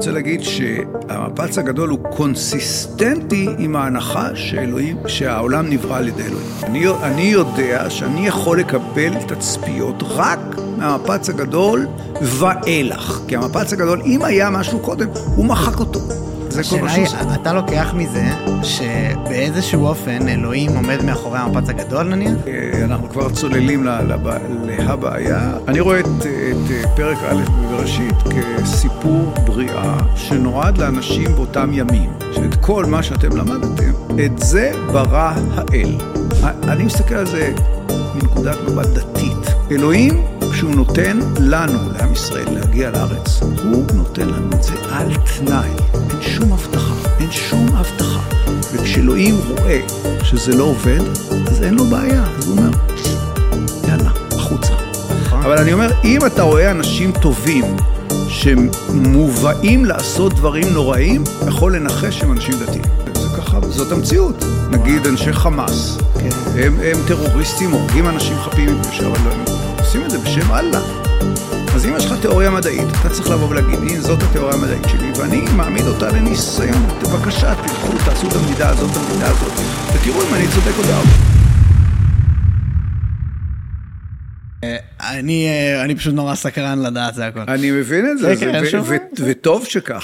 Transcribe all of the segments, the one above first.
רוצה להגיד שהמפץ הגדול הוא קונסיסטנטי עם ההנחה שהעולם נברא על ידי אלוהים. אני יודע שאני יכול לקבל תצפיות רק מהמפץ הגדול ואילך. כי המפץ הגדול, אם היה משהו קודם, הוא מחק אותו. השאלה היא, אתה לוקח מזה שבאיזשהו אופן אלוהים עומד מאחורי המפץ הגדול נניח? אנחנו כבר צוללים להבעיה. אני רואה את פרק א' בבראשית כסיפור בריאה שנועד לאנשים באותם ימים. שאת כל מה שאתם למדתם, את זה ברא האל. אני מסתכל על זה מנקודת מבט דתית. אלוהים, כשהוא נותן לנו, לעם ישראל, להגיע לארץ, הוא נותן לנו את זה על תנאי. אין שום הבטחה, אין שום הבטחה. וכשאלוהים רואה שזה לא עובד, אז אין לו בעיה. אז הוא אומר, יאללה, החוצה. אבל אני אומר, אם אתה רואה אנשים טובים שמובאים לעשות דברים נוראים, יכול לנחש שהם אנשים דתיים. זה ככה, זאת המציאות. נגיד אנשי חמאס, הם טרוריסטים, הורגים אנשים חפים מפשע, אבל הם עושים את זה בשם אללה. אז אם יש לך תיאוריה מדעית, אתה צריך לבוא ולהגיד, הנה זאת התיאוריה המדעית שלי, ואני מעמיד אותה לניסיון. בבקשה, תלכו, תעשו את המדידה הזאת, ותראו אם אני צודק או לא. אני פשוט נורא סקרן לדעת, זה הכל. אני מבין את זה, וטוב שכך.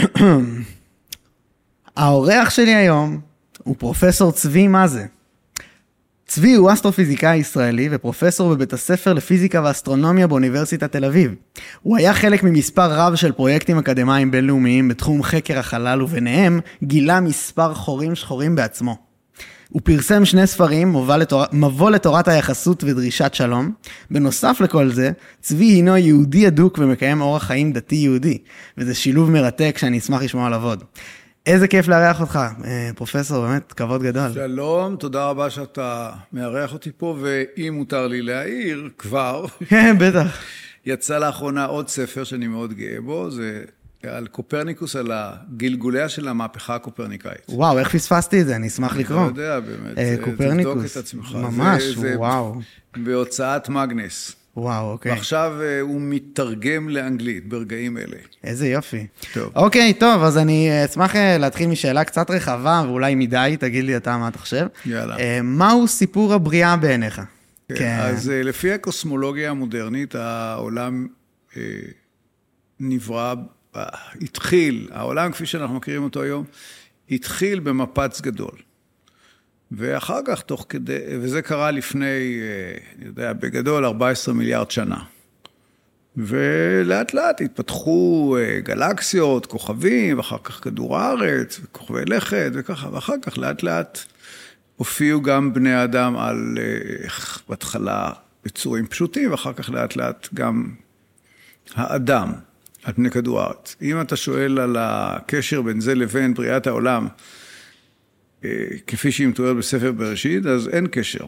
האורח שלי היום הוא פרופסור צבי מזה. צבי הוא אסטרופיזיקאי ישראלי ופרופסור בבית הספר לפיזיקה ואסטרונומיה באוניברסיטת תל אביב. הוא היה חלק ממספר רב של פרויקטים אקדמיים בינלאומיים בתחום חקר החלל, וביניהם גילה מספר חורים שחורים בעצמו. הוא פרסם 2 ספרים, מבוא לתורת היחסות ודרישת שלום. בנוסף לכל זה, צבי הינו יהודי אדוק ומקיים אורח חיים דתי יהודי, וזה שילוב מרתק שאני אשמח לשמוע עליו עוד. איזה כיף לארח אותך, פרופסור, באמת, כבוד גדול. שלום, תודה רבה שאתה מארח אותי פה, ואם מותר לי להעיר, כבר. כן, בטח. יצא לאחרונה עוד ספר שאני מאוד גאה בו, זה על קופרניקוס, על הגלגוליה של המהפכה הקופרניקאית. וואו, איך פספסתי את זה? אני אשמח לקרוא. אני יודע, באמת. קופרניקוס. תבדוק את עצמך. ממש, וואו. בהוצאת מגנס. וואו, אוקיי. ועכשיו הוא מתרגם לאנגלית ברגעים אלה. איזה יופי. טוב. אוקיי, טוב, אז אני אשמח להתחיל משאלה קצת רחבה, ואולי מדי, תגיד לי אתה מה אתה חושב. יאללה. מהו סיפור הבריאה בעיניך? כן. אז לפי הקוסמולוגיה המודרנית, העולם נברא, התחיל, העולם כפי שאנחנו מכירים אותו היום, התחיל במפץ גדול. ואחר כך תוך כדי, וזה קרה לפני, אני יודע, בגדול 14 מיליארד שנה. ולאט לאט התפתחו גלקסיות, כוכבים, ואחר כך כדור הארץ, וכוכבי לכת וככה, ואחר כך לאט לאט הופיעו גם בני האדם על בהתחלה בצורים פשוטים, ואחר כך לאט לאט גם האדם על פני כדור הארץ. אם אתה שואל על הקשר בין זה לבין בריאת העולם, כפי שהיא מתוארת בספר בראשית, אז אין קשר.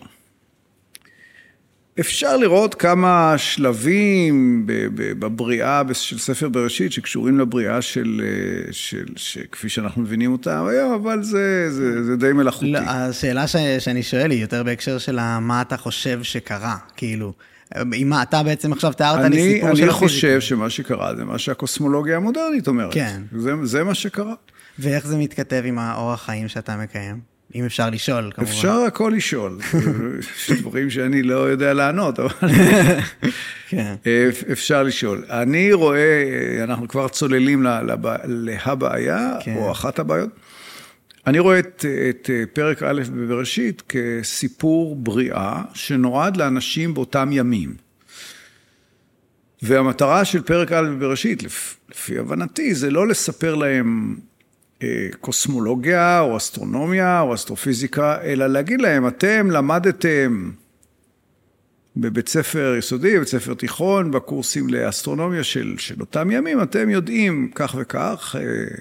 אפשר לראות כמה שלבים בבריאה של ספר בראשית שקשורים לבריאה כפי שאנחנו מבינים אותה היום, אבל זה די מלאכותי. לא, השאלה שאני שואל היא יותר בהקשר של מה אתה חושב שקרה, כאילו, אם אתה בעצם עכשיו תיארת לי סיפור של הפיזיקה. אני חושב שמה שקרה זה מה שהקוסמולוגיה המודרנית אומרת. כן. זה מה שקרה. ואיך זה מתכתב עם האורח חיים שאתה מקיים? אם אפשר לשאול, כמובן. אפשר הכל לשאול. יש דברים שאני לא יודע לענות, אבל אפשר לשאול. אני רואה, אנחנו כבר צוללים להבעיה, או אחת הבעיות. אני רואה את פרק א' בבראשית כסיפור בריאה שנועד לאנשים באותם ימים. והמטרה של פרק א' בבראשית, לפי הבנתי, זה לא לספר להם קוסמולוגיה או אסטרונומיה או אסטרופיזיקה, אלא להגיד להם, אתם למדתם בבית ספר יסודי, בבית ספר תיכון, בקורסים לאסטרונומיה של אותם ימים, אתם יודעים כך וכך,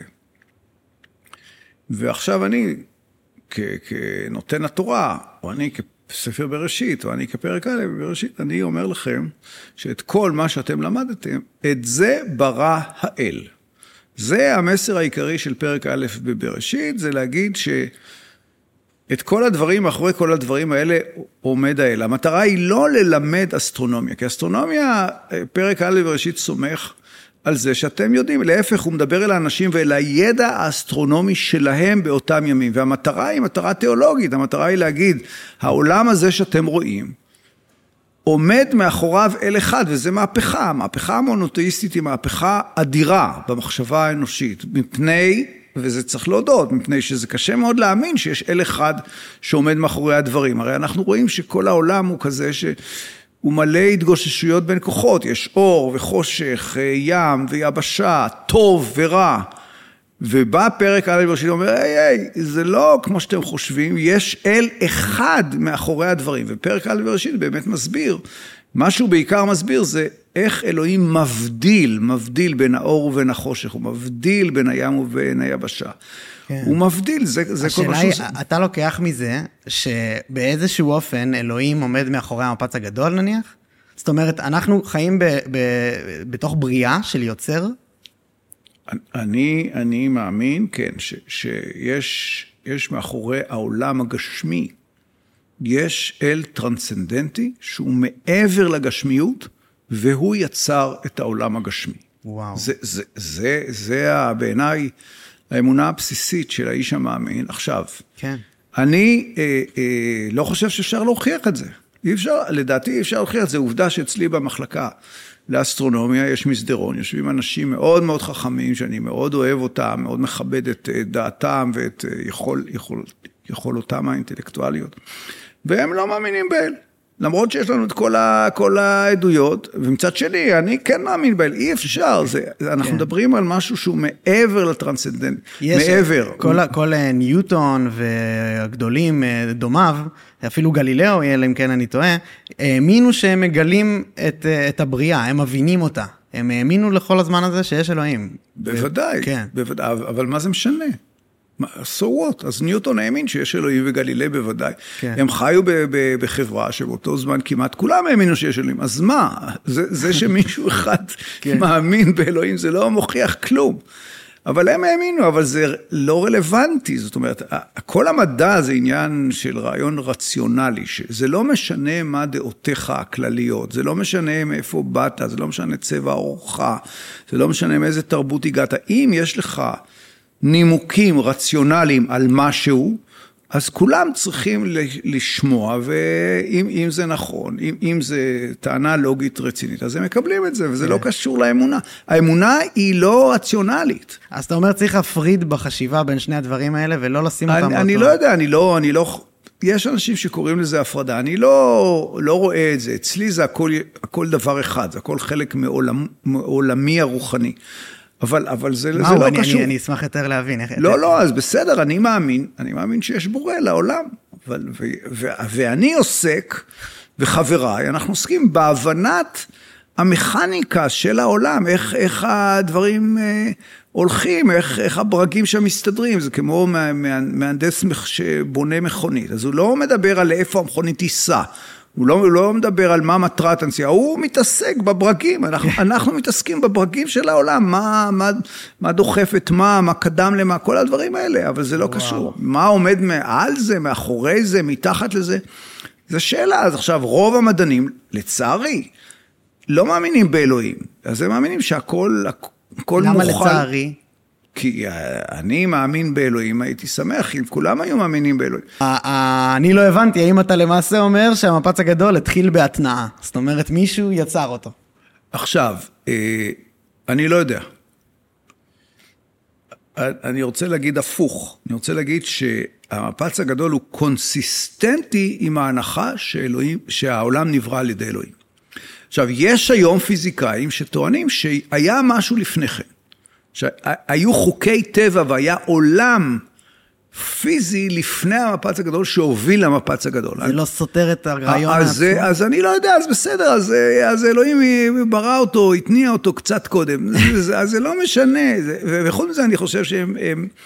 ועכשיו אני כנותן התורה, או אני כספר בראשית, או אני כפרק א' בראשית, אני אומר לכם שאת כל מה שאתם למדתם, את זה ברא האל. זה המסר העיקרי של פרק א' בבראשית, זה להגיד שאת כל הדברים, אחרי כל הדברים האלה עומד האל. המטרה היא לא ללמד אסטרונומיה, כי אסטרונומיה, פרק א' בראשית סומך על זה שאתם יודעים, להפך הוא מדבר אל האנשים ואל הידע האסטרונומי שלהם באותם ימים, והמטרה היא מטרה תיאולוגית, המטרה היא להגיד, העולם הזה שאתם רואים, עומד מאחוריו אל אחד, וזה מהפכה, המהפכה המונותאיסטית היא מהפכה אדירה במחשבה האנושית, מפני, וזה צריך להודות, מפני שזה קשה מאוד להאמין שיש אל אחד שעומד מאחורי הדברים, הרי אנחנו רואים שכל העולם הוא כזה הוא מלא התגוששויות בין כוחות, יש אור וחושך, ים ויבשה, טוב ורע, ובא פרק א' בראשית ואומר, היי, זה לא כמו שאתם חושבים, יש אל אחד מאחורי הדברים, ופרק א' בראשית באמת מסביר, מה שהוא בעיקר מסביר זה איך אלוהים מבדיל בין האור ובין החושך, הוא מבדיל בין הים ובין היבשה. כן. הוא מבדיל, זה כל מה שהוא... השאלה היא, אתה לוקח מזה שבאיזשהו אופן אלוהים עומד מאחורי המפץ הגדול נניח? זאת אומרת, אנחנו חיים בתוך בריאה של יוצר? אני מאמין, כן, שיש מאחורי העולם הגשמי, יש אל טרנסצנדנטי שהוא מעבר לגשמיות, והוא יצר את העולם הגשמי. וואו. זה בעיניי האמונה הבסיסית של האיש המאמין. עכשיו, כן. אני לא חושב שאפשר להוכיח את זה. לדעתי אי אפשר להוכיח את זה. עובדה שאצלי במחלקה לאסטרונומיה יש מסדרון, יושבים אנשים מאוד מאוד חכמים, שאני מאוד אוהב אותם, מאוד מכבד את דעתם ואת יכולותם האינטלקטואליות. והם לא מאמינים באל. למרות שיש לנו את כל העדויות, ומצד שני, אני כן מאמין באל, אי אפשר, אנחנו מדברים על משהו שהוא מעבר לטרנסצנדנט, מעבר. כל ניוטון והגדולים, דומיו, אפילו גלילאו, אלא אם כן אני טועה, האמינו שהם מגלים את הבריאה, הם מבינים אותה, הם האמינו לכל הזמן הזה שיש אלוהים. בוודאי, אבל מה זה משנה? So what? אז ניוטון האמין שיש אלוהים וגלילי בוודאי. כן. הם חיו בחברה שבאותו זמן כמעט כולם האמינו שיש אלוהים. אז מה? זה שמישהו אחד כן. מאמין באלוהים, זה לא מוכיח כלום. אבל הם האמינו, אבל זה לא רלוונטי. זאת אומרת, כל המדע זה עניין של רעיון רציונלי, שזה לא משנה מה דעותיך הכלליות, זה לא משנה מאיפה באת, זה לא משנה צבע עורך, זה לא משנה מאיזה תרבות הגעת. אם יש לך נימוקים רציונליים על משהו, אז כולם צריכים לשמוע, ואם זה נכון, אם זה טענה לוגית רצינית, אז הם מקבלים את זה, וזה לא קשור לאמונה. האמונה היא לא רציונלית. אז אתה אומר, צריך להפריד בחשיבה בין שני הדברים האלה, ולא לשים אותם... אני לא יודע, אני לא... יש אנשים שקוראים לזה הפרדה, אני לא רואה את זה. אצלי זה הכל דבר אחד, זה הכל חלק מעולמי הרוחני. אבל זה לא קשור. אני אשמח יותר להבין. לא, אז בסדר, אני מאמין שיש בורא לעולם, ואני עוסק, וחבריי, אנחנו עוסקים בהבנת המכניקה של העולם, איך הדברים הולכים, איך הברגים שם מסתדרים, זה כמו מהנדס שבונה מכונית, אז הוא לא מדבר על איפה המכונית ייסע, הוא לא מדבר על מה מטרת הנסיעה, הוא מתעסק בברגים, אנחנו מתעסקים בברגים של העולם, מה דוחף את מה קדם למה, כל הדברים האלה, אבל זה לא קשור. מה עומד מעל זה, מאחורי זה, מתחת לזה, זו שאלה. אז עכשיו, רוב המדענים, לצערי, לא מאמינים באלוהים, אז הם מאמינים שהכל מוכל. למה לצערי? כי אני מאמין באלוהים, הייתי שמח אם כולם היו מאמינים באלוהים. אני לא הבנתי, האם אתה למעשה אומר שהמפץ הגדול התחיל בהתנאה? זאת אומרת, מישהו יצר אותו. עכשיו, אני לא יודע. אני רוצה להגיד הפוך. אני רוצה להגיד שהמפץ הגדול הוא קונסיסטנטי עם ההנחה שהעולם נברא על ידי אלוהים. עכשיו, יש היום פיזיקאים שטוענים שהיה משהו לפני כן. שהיו חוקי טבע והיה עולם פיזי לפני המפץ הגדול שהוביל למפץ הגדול. זה לא סותר את הרעיון עצמו? אז אני לא יודע, אז בסדר, אז אלוהים ברא אותו, התניע אותו קצת קודם, אז זה לא משנה, ובכל מזה אני חושב שהם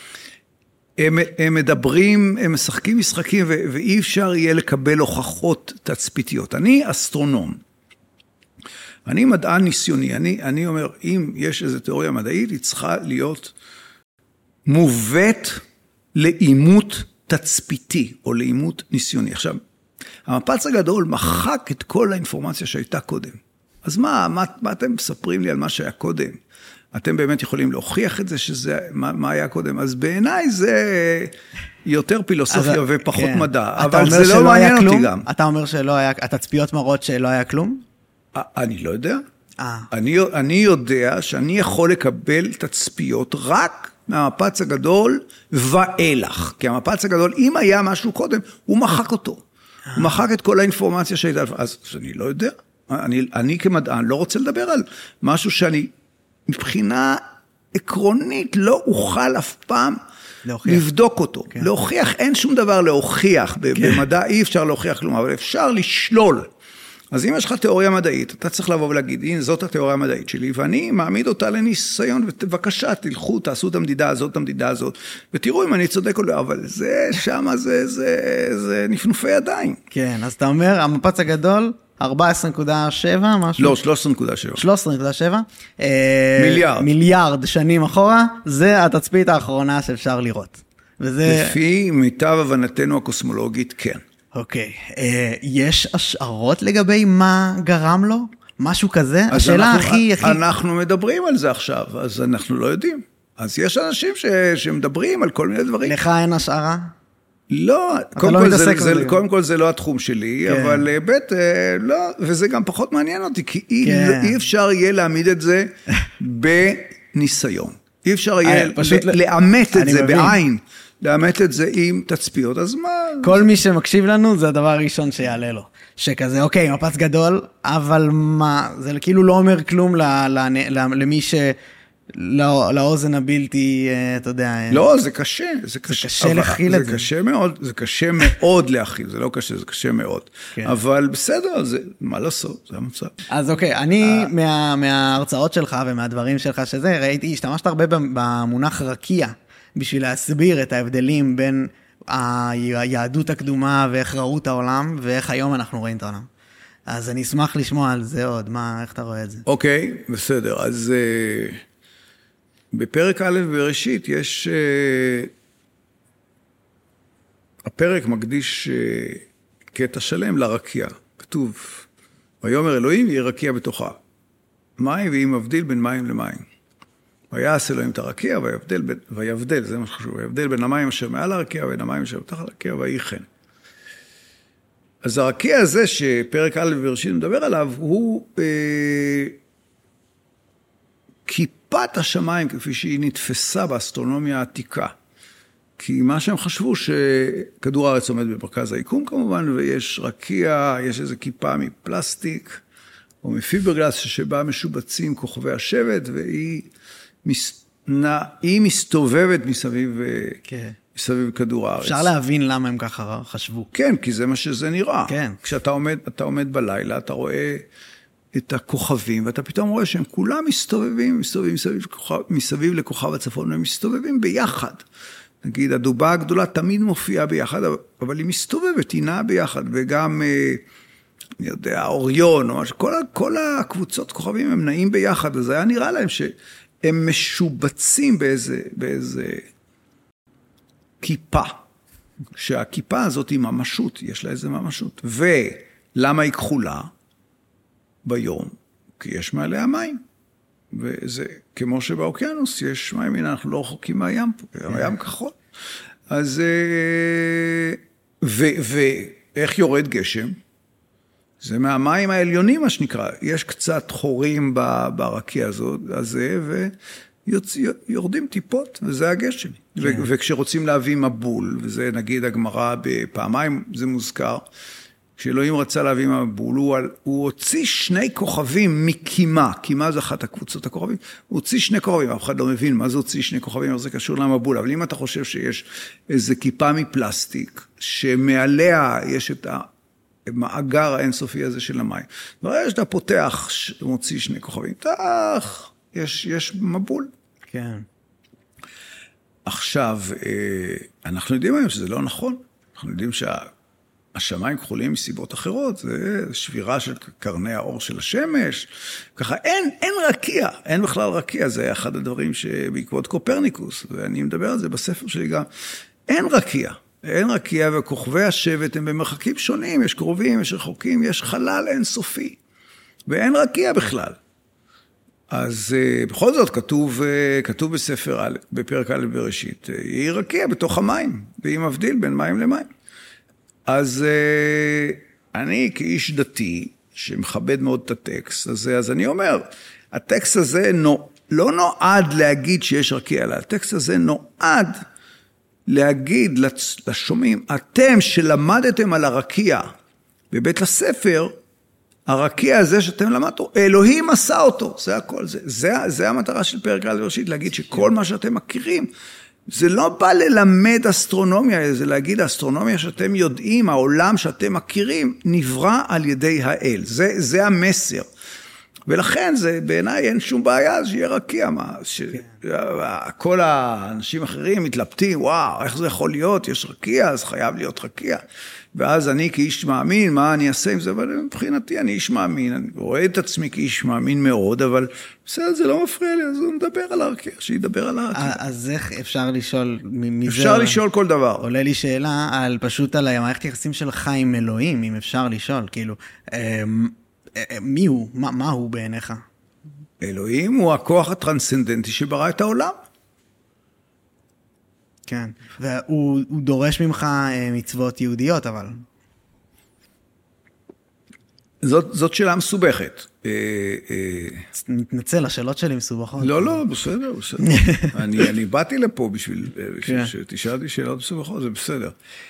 מדברים, הם משחקים משחקים, ואי אפשר יהיה לקבל הוכחות תצפיתיות. אני אסטרונום. אני מדען ניסיוני, אני אומר, אם יש איזו תיאוריה מדעית, היא צריכה להיות מובאת לאימות תצפיתי, או לאימות ניסיוני. עכשיו, המפץ הגדול מחק את כל האינפורמציה שהייתה קודם. אז מה אתם מספרים לי על מה שהיה קודם? אתם באמת יכולים להוכיח את זה, שזה, מה היה קודם? אז בעיניי זה יותר פילוסופיה ופחות מדע, אבל זה לא מעניין אותי גם. אתה אומר שלא היה, התצפיות מראות שלא היה כלום? אני לא יודע. אני יודע שאני יכול לקבל תצפיות רק מהמפץ הגדול ואילך. כי המפץ הגדול, אם היה משהו קודם, הוא מחק אותו. הוא מחק את כל האינפורמציה שהייתה. אז אני לא יודע. אני כמדען לא רוצה לדבר על משהו שאני מבחינה עקרונית לא אוכל אף פעם לבדוק אותו. להוכיח, אין שום דבר להוכיח. במדע אי אפשר להוכיח כלום, אבל אפשר לשלול. אז אם יש לך תיאוריה מדעית, אתה צריך לבוא ולהגיד, הנה זאת התיאוריה המדעית שלי, ואני מעמיד אותה לניסיון, ובבקשה, תלכו, תעשו את המדידה הזאת, את המדידה הזאת, ותראו אם אני צודק או לא, אבל זה, שמה זה נפנופי ידיים. כן, אז אתה אומר, המפץ הגדול, 14.7, משהו? לא, 13.7. 13.7. מיליארד. מיליארד שנים אחורה, זה התצפית האחרונה שאפשר לראות. וזה... לפי מיטב הבנתנו הקוסמולוגית, כן. אוקיי, יש השערות לגבי מה גרם לו? משהו כזה? השאלה הכי... אנחנו מדברים על זה עכשיו, אז אנחנו לא יודעים. אז יש אנשים שמדברים על כל מיני דברים. לך אין השערה? לא, קודם כל זה לא התחום שלי, אבל בית, לא, וזה גם פחות מעניין אותי, כי אי אפשר יהיה להעמיד את זה בניסיון. אי אפשר יהיה לאמת את זה בעין. לאמת את זה עם תצפיות, אז מה? כל מי שמקשיב לנו, זה הדבר הראשון שיעלה לו. שכזה, אוקיי, מפץ גדול, אבל מה? זה כאילו לא אומר כלום למי לאוזן הבלתי, אתה יודע... לא, זה קשה. זה קשה להכיל את זה. זה קשה מאוד להכיל, זה לא קשה, זה קשה מאוד. אבל בסדר, מה לעשות, זה המצב. אז אוקיי, אני מההרצאות שלך ומהדברים שלך שזה, ראיתי, השתמשת הרבה במונח רקיע, בשביל להסביר את ההבדלים בין היהדות הקדומה ואיך ראו את העולם, ואיך היום אנחנו רואים את העולם. אז אני אשמח לשמוע על זה עוד, איך אתה רואה את זה? אוקיי, בסדר. אז בפרק א' בראשית יש... הפרק מקדיש קטע שלם לרקיע. כתוב, ויאמר אלוהים יהיה רקיע בתוכה. מים ויהי מבדיל בין מים למים. ויעש אלוהים את הרקיע, ויבדל, זה מה שחשוב, ויבדל בין המים אשר מעל הרקיע, ובין המים אשר בתחת הרקיע, ויהי כן. אז הרקיע הזה, שפרק א' בראשית מדבר עליו, הוא כיפת השמיים, כפי שהיא נתפסה באסטרונומיה העתיקה. כי מה שהם חשבו, שכדור הארץ עומד במרכז היקום כמובן, ויש רקיע, יש איזו כיפה מפלסטיק, או מפיברגלס, שבה משובצים כוכבי השבט, והיא... היא מסתובבת מסביב כדור הארץ. אפשר להבין למה הם ככה חשבו. כן, כי זה מה שזה נראה. כן. כשאתה עומד בלילה, אתה רואה את הכוכבים, ואתה פתאום רואה שהם כולם מסתובבים מסביב לכוכב הצפון, והם מסתובבים ביחד. נגיד, הדובה הגדולה תמיד מופיעה ביחד, אבל היא מסתובבת, היא נעה ביחד, וגם... אני יודע, אוריון, או משהו, כל הקבוצות כוכבים הם נעים ביחד, אז היה נראה להם שהם משובצים באיזה כיפה, שהכיפה הזאת היא ממשות, יש לה איזה ממשות. ולמה היא כחולה ביום? כי יש מעליה מים. וזה כמו שבאוקיינוס יש מים, הנה אנחנו לא רחוקים מהים פה, הים כחול. אז, ואיך יורד גשם? זה מהמים העליונים, מה שנקרא. יש קצת חורים ברקיע הזה, ויורדים טיפות, וזה הגשם. וכשרוצים להביא מבול, וזה נגיד הגמרא בפעמיים, זה מוזכר, כשאלוהים רצה להביא מבול, הוא הוציא 2 כוכבים מקימה, קימה זה אחת הקבוצות הכוכבים, הוא הוציא 2 כוכבים, אף אחד לא מבין מה זה הוציא 2 כוכבים, זה קשור למבול, אבל אם אתה חושב שיש איזו כיפה מפלסטיק, שמעליה יש את המאגר האינסופי הזה של המים. ברגע שאתה פותח, מוציא 2 כוכבים, יש מבול. כן. עכשיו, אנחנו יודעים היום שזה לא נכון. אנחנו יודעים שהשמיים כחולים מסיבות אחרות, זה שבירה של קרני האור של השמש. ככה, אין רקיע, אין בכלל רקיע. זה אחד הדברים שבעקבות קופרניקוס, ואני מדבר על זה בספר שלי גם, אין רקיע. אין רקיע, וכוכבי השבט הם במרחקים שונים, יש קרובים, יש רחוקים, יש חלל אינסופי, ואין רקיע בכלל. אז בכל זאת כתוב בספר א', בפרק א' בראשית, יהי רקיע בתוך המים, והיא מבדיל בין מים למים. אז אני כאיש דתי, שמכבד מאוד את הטקסט הזה, אז אני אומר, הטקסט הזה לא נועד להגיד שיש רקיע, אלא הטקסט הזה נועד להגיד לשומעים, אתם שלמדתם על הרקיע בבית הספר, הרקיע הזה שאתם למדתו, אלוהים עשה אותו, זה הכל, זה המטרה של פרק א' בראשית, להגיד שכל מה שאתם מכירים, זה לא בא ללמד אסטרונומיה, זה להגיד האסטרונומיה שאתם יודעים, העולם שאתם מכירים, נברא על ידי האל, זה המסר. ולכן זה בעיניי אין שום בעיה שיהיה רקיע, כל האנשים אחרים מתלבטים, וואו, איך זה יכול להיות, יש רקיע, אז חייב להיות רקיע. ואז אני כאיש מאמין, מה אני אעשה עם זה? אבל מבחינתי אני איש מאמין, אני רואה את עצמי כאיש מאמין מאוד, אבל בסדר, זה לא מפריע לי, אז הוא מדבר על הרקיע, שידבר על הרקיע. אז איך אפשר לשאול מזה? אפשר לשאול כל דבר. עולה לי שאלה פשוט על המערכת יחסים שלך עם אלוהים, אם אפשר לשאול, כאילו, מי הוא? מה הוא בעיניך? אלוהים הוא הכוח הטרנסצנדנטי שברא את העולם. כן, והוא דורש ממך מצוות יהודיות, אבל... זאת שאלה מסובכת. מתנצל, השאלות שלי מסובכות. לא, בסדר. אני באתי לפה בשביל שתשאלתי שאלות מסובכות, זה בסדר.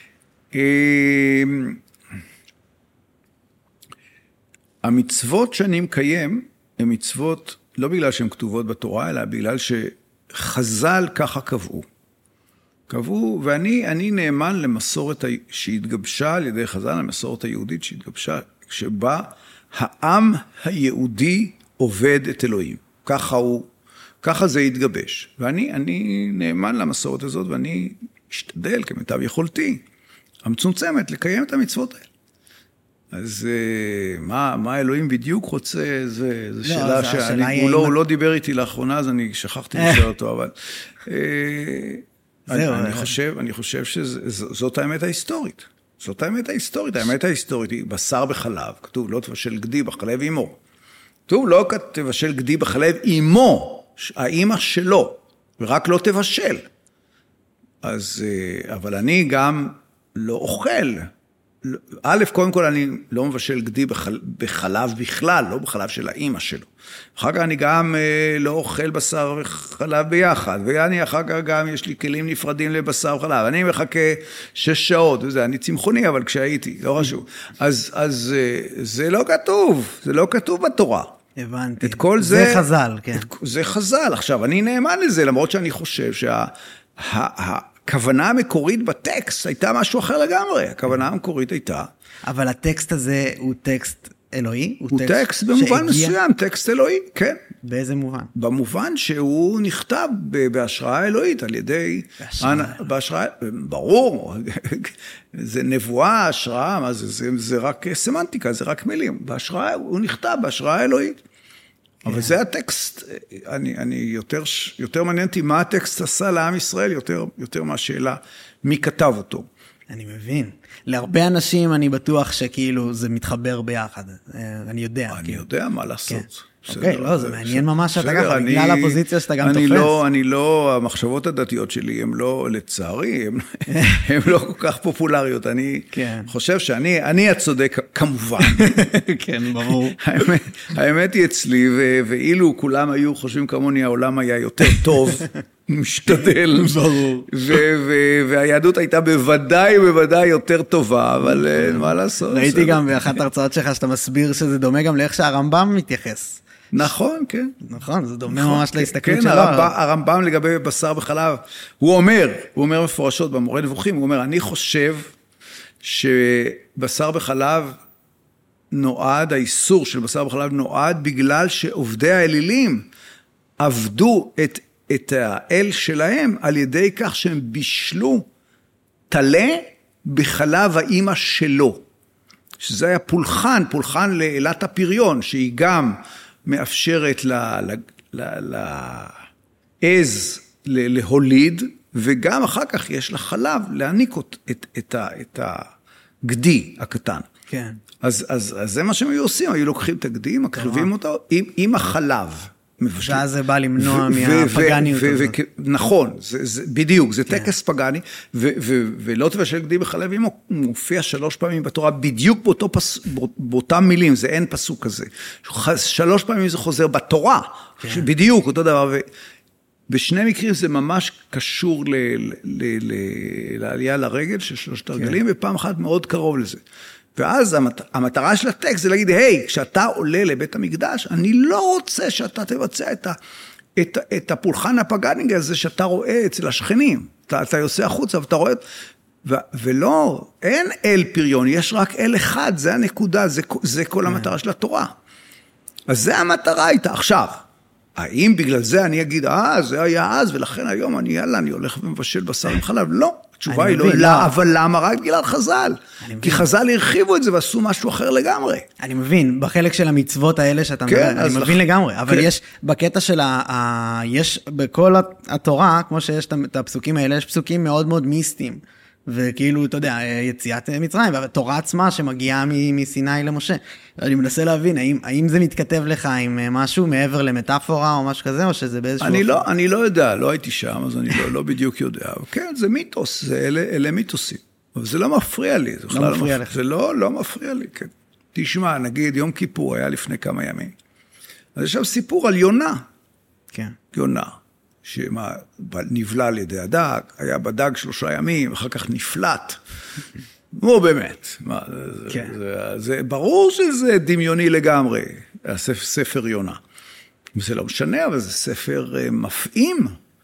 המצוות שאני מקיים, הן מצוות לא בגלל שהן כתובות בתורה, אלא בגלל שחז"ל ככה קבעו, ואני נאמן למסורת שהתגבשה על ידי חז"ל, המסורת היהודית שהתגבשה, שבה העם היהודי עובד את אלוהים. ככה זה התגבש. ואני נאמן למסורת הזאת, ואני אשתדל כמיטב יכולתי, המצומצמת, לקיים את המצוות האלה. אז מה אלוהים בדיוק רוצה, זו שאלה הוא לא דיבר איתי לאחרונה, אז אני שכחתי לשאול אותו, אבל אני חושב שזאת האמת ההיסטורית. האמת ההיסטורית היא בשר בחלב, כתוב לא תבשל גדי בחלב אמו. כתוב לא תבשל גדי בחלב אמו, האמא שלו, ורק לא תבשל. אבל אני גם לא אוכל. א', קודם כל אני לא מבשל גדי בחלב בכלל, לא בחלב של האמא שלו. אחר כך אני גם לא אוכל בשר וחלב ביחד, ואני אחר כך גם יש לי כלים נפרדים לבשר וחלב. אני מחכה 6 שעות, וזה, אני צמחוני, אבל כשהייתי, לא חשוב. אז זה לא כתוב בתורה. הבנתי. את כל זה חז"ל, כן. זה חז"ל. עכשיו, אני נאמן לזה, למרות שאני חושב הכוונה המקורית בטקסט הייתה משהו אחר לגמרי. הכוונה המקורית הייתה... אבל הטקסט הזה הוא טקסט אלוהי? הוא טקסט במובן מסוים, טקסט אלוהי, כן. באיזה מובן? במובן שהוא נכתב בהשראה אלוהית על ידי... בהשראה, ברור. זה נבואה, השראה, מה זה רק סמנטיקה, זה רק מילים. בהשראה, הוא נכתב בהשראה אלוהית. אבל זה הטקסט, אני יותר מעניין אותי מה הטקסט עשה לעם ישראל, יותר מהשאלה מי כתב אותו. אני מבין. להרבה אנשים אני בטוח שכאילו זה מתחבר ביחד. אני יודע. אני יודע מה לעשות. אוקיי, לא, זה מעניין ממש שאתה ככה, בגלל הפוזיציה שאתה גם תופס. אני לא, המחשבות הדתיות שלי, הן לא, לצערי, הן לא כל כך פופולריות. אני חושב שאני הצודק, כמובן. כן, ברור. האמת היא אצלי, ואילו כולם היו חושבים כמוני, העולם היה יותר טוב, משתדל. ברור. והיהדות הייתה בוודאי יותר טובה, אבל מה לעשות? ראיתי גם באחת ההרצאות שלך, שאתה מסביר שזה דומה גם לאיך שהרמב"ם מתייחס. נכון, כן. נכון, זה דומה ממש להסתכלות שלו. כן, הרמב"ם לגבי בשר בחלב, הוא אומר מפורשות במורה נבוכים, הוא אומר, אני חושב שבשר בחלב נועד, האיסור של בשר בחלב נועד, בגלל שעובדי האלילים עבדו את האל שלהם, על ידי כך שהם בישלו תלה בחלב האמא שלו. שזה היה פולחן לאלת הפריון, שהיא גם מאפשרת לעז להוליד, וגם אחר כך יש לה חלב להעניק את הגדי הקטן. כן. אז זה מה שהם היו עושים, היו לוקחים את הגדי, מקריבים אותו עם החלב. ואז זה בא למנוע מהפגניות הזאת. נכון, בדיוק, זה טקס פגני, ולא תבשל גדי בחלב אמו, מופיע 3 פעמים בתורה, בדיוק באותם מילים, זה אין פסוק כזה. 3 פעמים זה חוזר בתורה, בדיוק אותו דבר, בשני מקרים זה ממש קשור לעלייה לרגל של 3 הרגלים, ופעם אחת מאוד קרוב לזה. ואז המטרה של הטקסט זה להגיד, היי, כשאתה עולה לבית המקדש, אני לא רוצה שאתה תבצע את הפולחן הפגני הזה שאתה רואה אצל השכנים. אתה יוצא החוצה ואתה רואה, ולא, אין אל פריון, יש רק אל אחד, זה הנקודה, זה כל המטרה של התורה. אז זה המטרה הייתה. עכשיו, האם בגלל זה אני אגיד, זה היה אז, ולכן היום אני הולך ומבשל בשר עם חלב? לא. התשובה היא לא, אבל למה רק בגלל חז"ל? כי חז"ל הרחיבו את זה ועשו משהו אחר לגמרי. אני מבין, בחלק של המצוות האלה שאתה מדבר, אני מבין לגמרי, אבל יש בקטע של, יש בכל התורה, כמו שיש את הפסוקים האלה, יש פסוקים מאוד מאוד מיסטיים, וכאילו, אתה יודע, יציאת מצרים, והתורה עצמה שמגיעה מסיני למשה. אני מנסה להבין, האם זה מתכתב לך עם משהו מעבר למטאפורה או משהו כזה, או שזה באיזשהו... אני לא יודע, לא הייתי שם, אז אני לא בדיוק יודע. כן, זה מיתוס, אלה מיתוסים. אבל זה לא מפריע לי. לא מפריע לך. זה לא מפריע לי, כן. תשמע, נגיד, יום כיפור היה לפני כמה ימים. אז יש שם סיפור על יונה. כן. יונה. שנבלה על ידי הדג, היה בדג 3 ימים, אחר כך נפלט. באמת. זה ברור שזה דמיוני לגמרי, הספר יונה. זה לא משנה, אבל זה ספר מפעים,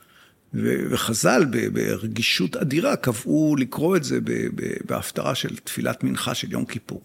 וחז"ל ברגישות אדירה קבעו לקרוא את זה בהפטרה של תפילת מנחה של יום כיפור,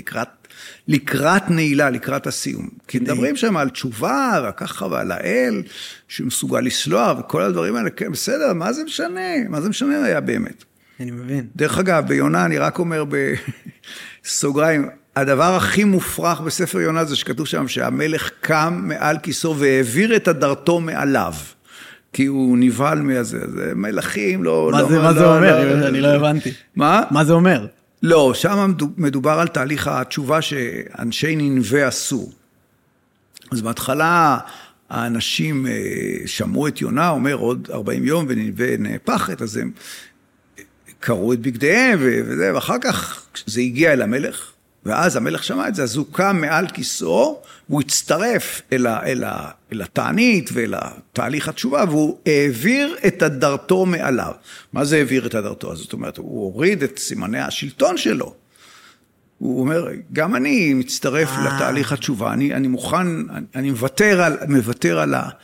לקראת נעילה, לקראת הסיום. כי מדברים שם על תשובה, וככה ועל האל, שמסוגל לסלוח, וכל הדברים האלה, כן, בסדר, מה זה משנה? מה זה משנה היה באמת? אני מבין. דרך אגב, ביונה, אני רק אומר בסוגריים, הדבר הכי מופרך בספר יונה זה שכתוב שם שהמלך קם מעל כיסו והעביר את הדרתו מעליו. כי הוא נבהל מהזה, זה מלכים, לא... מה זה אומר? אני לא הבנתי. מה? מה זה אומר? לא, שם מדובר על תהליך התשובה שאנשי נינווה עשו. אז בהתחלה האנשים שמעו את יונה, אומר עוד 40 יום ונינווה נהפכת, אז הם קראו את בגדיהם וזה, ואחר כך זה הגיע אל המלך, ואז המלך שמע את זה, אז הוא קם מעל כיסאו, והוא הצטרף אל התענית ואל תהליך התשובה, והוא העביר את הדרתו מעליו. מה זה העביר את הדרתו? זאת אומרת, הוא הוריד את סימני השלטון שלו. הוא אומר, גם אני מצטרף לתהליך התשובה, אני מוכן, אני מוותר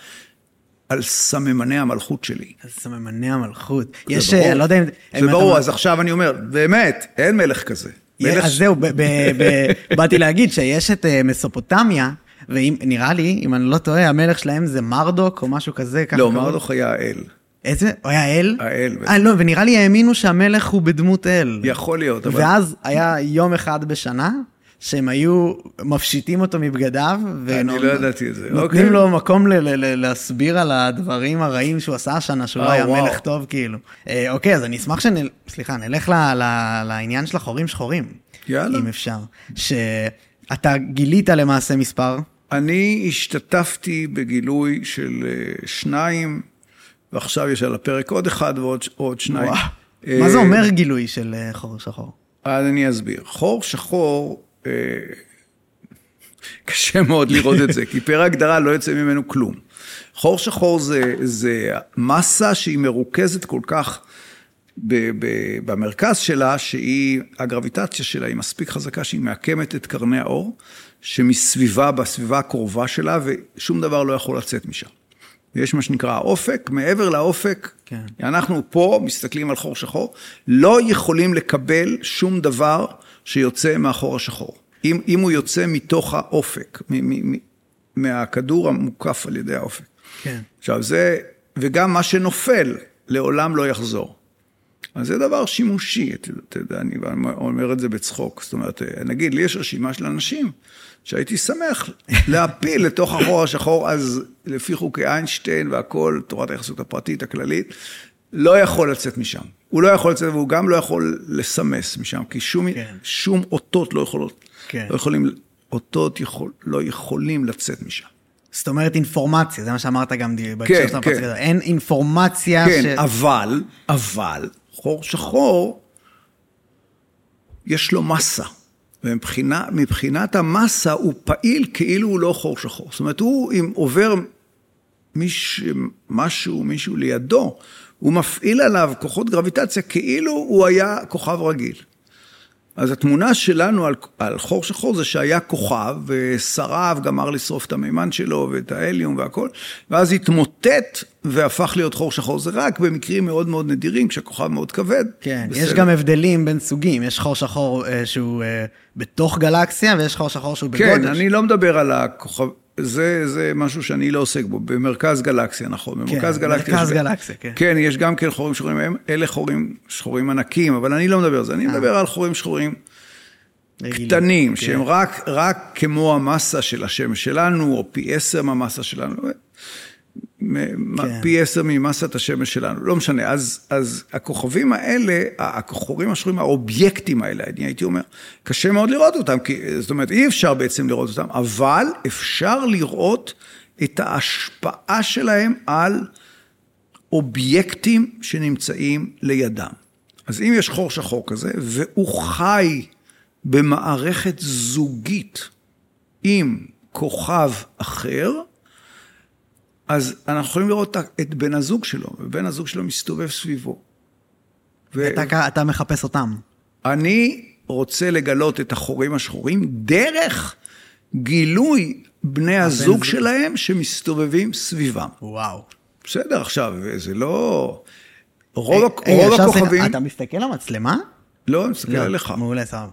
על סממני המלכות שלי. על סממני המלכות. יש, אני לא יודע אם... זה ברור, אז עכשיו אני אומר, באמת, אין מלך כזה. אז זהו, באתי להגיד שיש את מסופוטמיה, ונראה לי, אם אני לא טועה, המלך שלהם זה מרדוק או משהו כזה. לא, מרדוק היה האל. איזה? הוא היה האל? האל. לא, ונראה לי האמינו שהמלך הוא בדמות אל. יכול להיות, אבל... ואז היה יום אחד בשנה, שהם היו מפשיטים אותו מבגדיו, אני לא ידעתי את זה. נותנים לו מקום להסביר על הדברים הרעים שהוא עשה השנה, שהוא לא היה מלך טוב כאילו. אוקיי, אז אני אשמח נלך לעניין של החורים שחורים. יאללה. אם אפשר. שאתה גילית למעשה מספר? אני השתתפתי בגילוי של 2, ועכשיו יש על הפרק עוד 1 ועוד 2. מה זה אומר גילוי של חור שחור? אז אני אסביר. חור שחור, קשה מאוד לראות את זה, כי פר הגדרה לא יוצא ממנו כלום. חור שחור זה מסה שהיא מרוכזת כל כך במרכז שלה, הגרביטציה שלה היא מספיק חזקה, שהיא מעקמת את קרני האור, שמסביבה, בסביבה הקרובה שלה, ושום דבר לא יכול לצאת משם. ויש מה שנקרא האופק, מעבר לאופק, כן. אנחנו פה מסתכלים על חור שחור, לא יכולים לקבל שום דבר שיוצא מהחור השחור. אם הוא יוצא מתוך האופק, מהכדור המוקף על ידי האופק. כן. עכשיו זה, וגם מה שנופל לעולם לא יחזור. אז זה דבר שימושי, אתה יודע, אני אומר את זה בצחוק. זאת אומרת, נגיד, לי יש רשימה של אנשים, שהייתי שמח להפיל לתוך החור השחור, אז לפי חוקי איינשטיין והכל, תורת היחסות הפרטית הכללית, לא יכול לצאת משם. הוא לא יכול לצאת, והוא גם לא יכול לסמס משם, כי שום אותות לא יכולות, לא יכולים, אותות לא יכולים לצאת משם. זאת אומרת אינפורמציה, זה מה שאמרת גם בהקשר של הפרצה. אין אינפורמציה כן, אבל, חור שחור, יש לו מסה. ומבחינת המסה הוא פעיל כאילו הוא לא חור שחור. זאת אומרת, אם עובר מישהו לידו, הוא מפעיל עליו כוחות גרביטציה כאילו הוא היה כוכב רגיל. אז התמונה שלנו על חור שחור זה שהיה כוכב, ושרף, גמר לשרוף את המימן שלו, ואת ההליום והכל, ואז התמוטט והפך להיות חור שחור. זה רק במקרים מאוד מאוד נדירים, כשהכוכב מאוד כבד. כן, בסדר. יש גם הבדלים בין סוגים. יש חור שחור שהוא בתוך גלקסיה, ויש חור שחור שהוא בגודל. כן, אני לא מדבר על הכוכב, זה משהו שאני לא עוסק בו, במרכז גלקסיה, נכון. במרכז גלקסיה. מרכז גלקסיה, כן. כן, יש גם כן חורים שחורים, אלה חורים שחורים ענקים, אבל אני לא מדבר על זה, אני מדבר על חורים שחורים קטנים, שהם רק כמו המסה של השמש שלנו, או פי 10 מהמסה שלנו, פי 10 ממסת השמש שלנו, לא משנה. אז הכוכבים האלה, החורים השחורים, האובייקטים האלה, אני הייתי אומר, קשה מאוד לראות אותם, זאת אומרת, אי אפשר בעצם לראות אותם, אבל אפשר לראות את ההשפעה שלהם על אובייקטים שנמצאים לידם. אז אם יש חור שחור כזה, והוא חי במערכת זוגית עם כוכב אחר, אז אנחנו יכולים לראות את בן הזוג שלו, ובן הזוג שלו מסתובב סביבו. אתה מחפש אותם. אני רוצה לגלות את החורים השחורים דרך גילוי בני הזוג שלהם שמסתובבים סביבם. וואו. בסדר, עכשיו, זה לא... רוב הכוכבים... אתה מסתכל למצלמה? לא, אני מסתכל עליך. מעולה, סבב.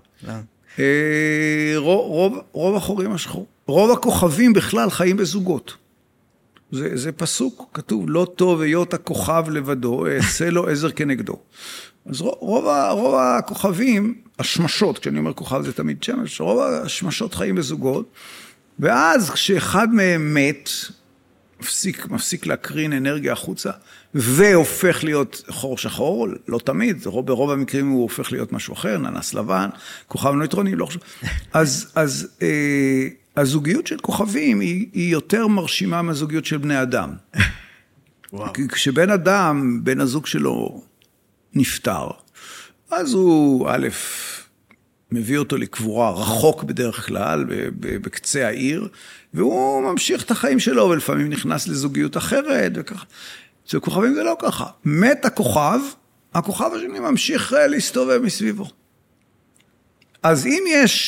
רוב החורים השחורים, רוב הכוכבים בכלל חיים בזוגות. זה פסוק, כתוב, לא טוב היות הכוכב לבדו, אעשה לו עזר כנגדו. אז רוב הכוכבים, השמשות, כשאני אומר כוכב זה תמיד שמש, רוב השמשות חיים בזוגות, ואז כשאחד מהם מת, מפסיק להקרין אנרגיה החוצה, והופך להיות חור שחור, לא תמיד, ברוב המקרים הוא הופך להיות משהו אחר, ננס לבן, כוכב נויטרוני, לא חשוב. אז הזוגיות של כוכבים היא יותר מרשימה מהזוגיות של בני אדם. כשבן אדם, בן הזוג שלו נפטר, אז הוא א', מביא אותו לקבורה רחוק בדרך כלל, בקצה העיר, והוא ממשיך את החיים שלו, ולפעמים נכנס לזוגיות אחרת, וככה. אצל כוכבים זה לא ככה. מת הכוכב השני ממשיך להסתובב מסביבו. אז אם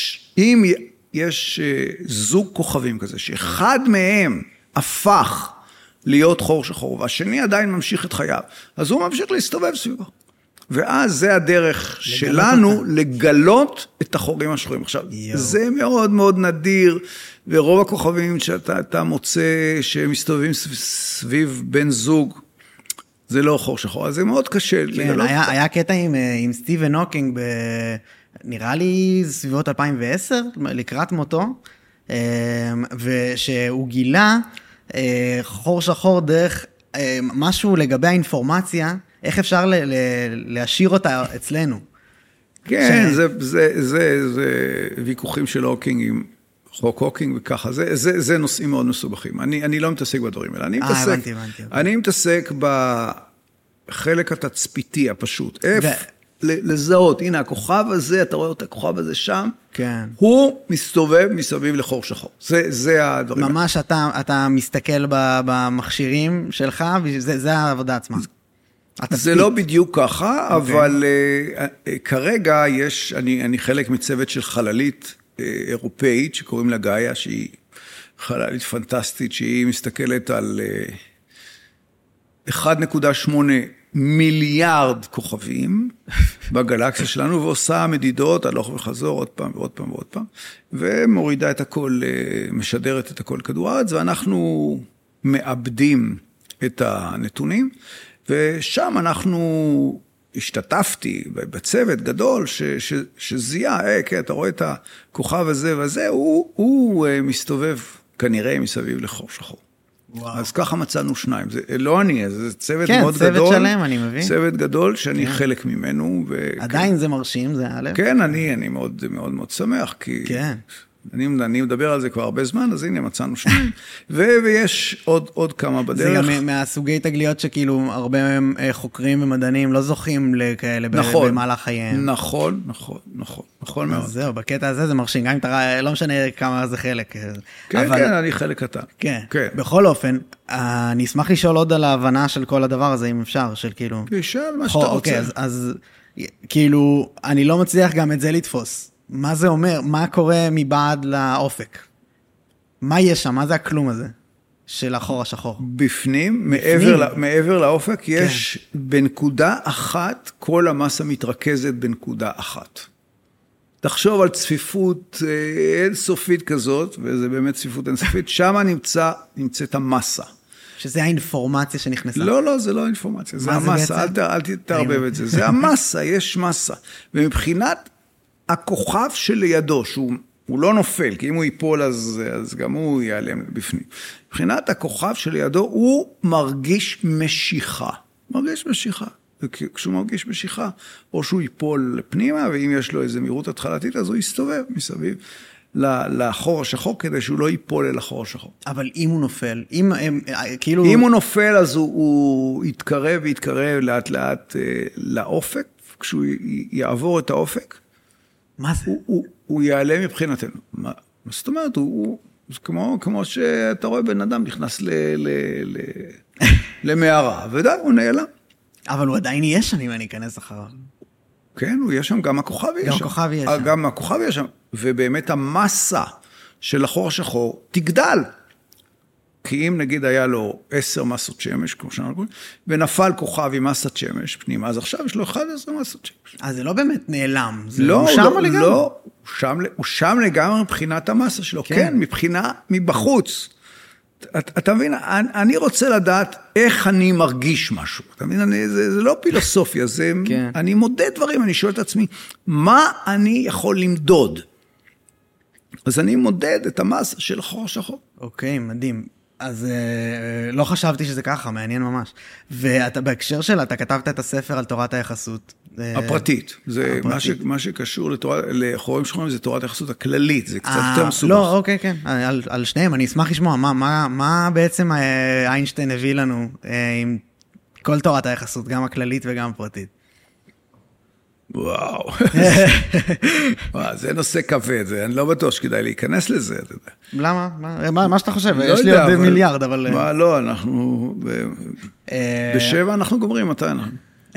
יש זוג כוכבים כזה, שאחד מהם הפך להיות חור שחור, והשני עדיין ממשיך את חייו, אז הוא ממשיך להסתובב סביבו. ואז זה הדרך שלנו לגלות את החורים השחורים. עכשיו, זה מאוד מאוד נדיר, ורוב הכוכבים שאתה מוצא שמסתובבים סביב בן זוג, זה לא חור שחור, אז זה מאוד קשה לגלות. היה קטע עם סטיבן הוקינג, נראה לי סביבות 2010, לקראת מותו, ושהוא גילה חור שחור דרך משהו לגבי האינפורמציה, איך אפשר להשאיר אותה אצלנו. כן, זה ויכוחים של הוקינג עם חוק הוקינג וככה, זה נושאים מאוד מסובכים. אני לא מתעסק בדברים האלה, אני מתעסק בחלק התצפיתי הפשוט. לזהות, הנה הכוכב הזה, אתה רואה את הכוכב הזה שם, הוא מסתובב מסביב לחור שחור. זה הדברים. ממש אתה מסתכל במכשירים שלך, זה העבודה עצמה. זה לא בדיוק ככה, אבל כרגע אני חלק מצוות של חללית אירופאית, שקוראים לה גאיה, שהיא חללית פנטסטית, שהיא מסתכלת על 1.8 מיליארד כוכבים בגלקסיה שלנו, ועושה מדידות הלוך וחזור עוד פעם ועוד פעם ועוד פעם, ומורידה את הכל, משדרת את הכל כדור הארץ, ואנחנו מאבדים את הנתונים, ושם אנחנו השתתפתי בצוות גדול שזיהה, כן, אתה רואה את הכוכב הזה וזה, הוא מסתובב כנראה מסביב לחור שחור. אז ככה מצאנו שניים, זה לא אני, זה צוות מאוד גדול. כן, צוות שלם, אני מבין. צוות גדול שאני חלק ממנו. עדיין זה מרשים, זה א'. כן, אני מאוד מאוד שמח, כי אני מדבר על זה כבר הרבה זמן, אז הנה מצאנו שניים, ויש עוד כמה בדרך. זה גם מהסוגי תגליות שכאילו הרבה חוקרים ומדענים לא זוכים לכאלה במהלך חייהם. נכון מאוד. אז זהו, בקטע הזה זה מרשים, גם אם אתה לא משנה כמה זה חלק. כן, אני חלק קטן. כן, בכל אופן, אני אשמח לשאול עוד על ההבנה של כל הדבר הזה, אם אפשר, של כאילו... תשאל מה שאתה רוצה. אז כאילו, אני לא מצליח גם את זה לתפוס. מה זה אומר? מה קורה מבעד לאופק? מה יש שם? מה זה הכלום הזה של החור השחור? בפנים, מעבר לאופק, יש בנקודה אחת, כל המסה מתרכזת בנקודה אחת. תחשוב על צפיפות אינסופית כזאת, וזה באמת צפיפות אינסופית, שם נמצאת המסה. שזה האינפורמציה שנכנסה. לא, זה לא האינפורמציה, זה המסה, אל תתערבב את זה. זה המסה, יש מסה. ומבחינת הכוכב שלידו, שהוא לא נופל, כי אם הוא ייפול, אז גם הוא ייעלם בפנים. מבחינת הכוכב שלידו, הוא מרגיש משיכה. כשהוא מרגיש משיכה, או שהוא ייפול פנימה, ואם יש לו איזו מהירות התחלתית, אז הוא יסתובב מסביב לחור השחור, כדי שהוא לא ייפול אל החור השחור. אבל אם הוא נופל, אם הוא נופל, אז הוא יתקרב לאט לאט לאופק, כשהוא יעבור את האופק, מה זה? הוא יעלה מבחינתנו. מה זאת אומרת? כמו שאתה רואה בן אדם נכנס למערה, ודי, הוא נעלם. אבל הוא עדיין יהיה שם אם אני אכנס אחריו. כן, הוא יהיה שם, גם הכוכב יהיה שם. גם הכוכב יהיה שם. ובאמת המסה של החור השחור תגדל. כי אם נגיד היה לו 10 מסות שמש, כמו שאנחנו קוראים, ונפל כוכב עם מסת שמש פנימה, אז עכשיו יש לו 11 מסות שמש. אז זה לא באמת נעלם, הוא שם לגמרי. לא, הוא שם לגמרי מבחינת המסה שלו. כן, מבחינה מבחוץ. אתה מבין, אני רוצה לדעת איך אני מרגיש משהו. אתה מבין, זה לא פילוסופיה, אני מודד דברים, אני שואל את עצמי, מה אני יכול למדוד? אז אני מודד את המסה של החור השחור. אוקיי, מדהים. אז לא חשבתי שזה ככה, מעניין ממש. ואתה בהקשר שלה, אתה כתבת את הספר על תורת היחסות. הפרטית. זה מה שקשור לחורים שחורים, זה תורת היחסות הכללית, זה קצת יותר מסובך. לא, אוקיי, כן. על שניהם, אני אשמח לשמוע, מה בעצם איינשטיין הביא לנו עם כל תורת היחסות, גם הכללית וגם הפרטית? וואו, זה נושא כבד, אני לא בטוח שכדאי להיכנס לזה, אתה יודע. למה? מה שאתה חושב? יש לי עוד מיליארד, אבל... לא, אנחנו... בשבע אנחנו גומרים, מתי אנחנו?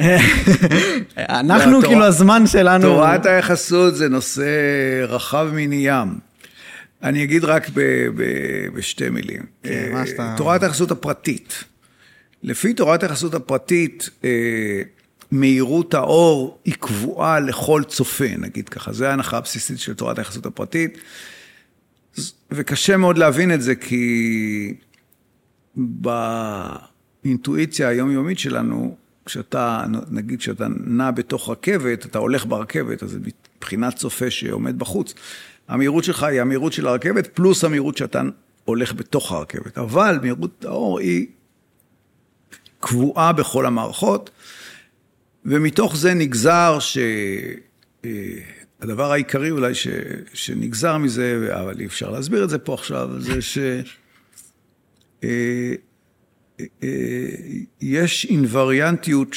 אנחנו כאילו הזמן שלנו... תורת היחסות זה נושא רחב מני ים. אני אגיד רק בשתי מילים. תורת היחסות הפרטית. לפי תורת היחסות הפרטית... מהירות האור היא קבועה לכל צופה, נגיד ככה. זה ההנחה הבסיסית של תורת היחסות הפרטית. וקשה מאוד להבין את זה, כי באינטואיציה היומיומית שלנו, נגיד שאתה נע בתוך רכבת, אתה הולך ברכבת, אז זה מבחינת צופה שעומד בחוץ. המהירות שלך היא המהירות של הרכבת, פלוס המהירות שאתה הולך בתוך הרכבת. אבל מהירות האור היא קבועה בכל המערכות, ומתוך זה נגזר שהדבר העיקרי אולי שנגזר מזה, אבל אי אפשר להסביר את זה פה עכשיו, זה שיש אינווריאנטיות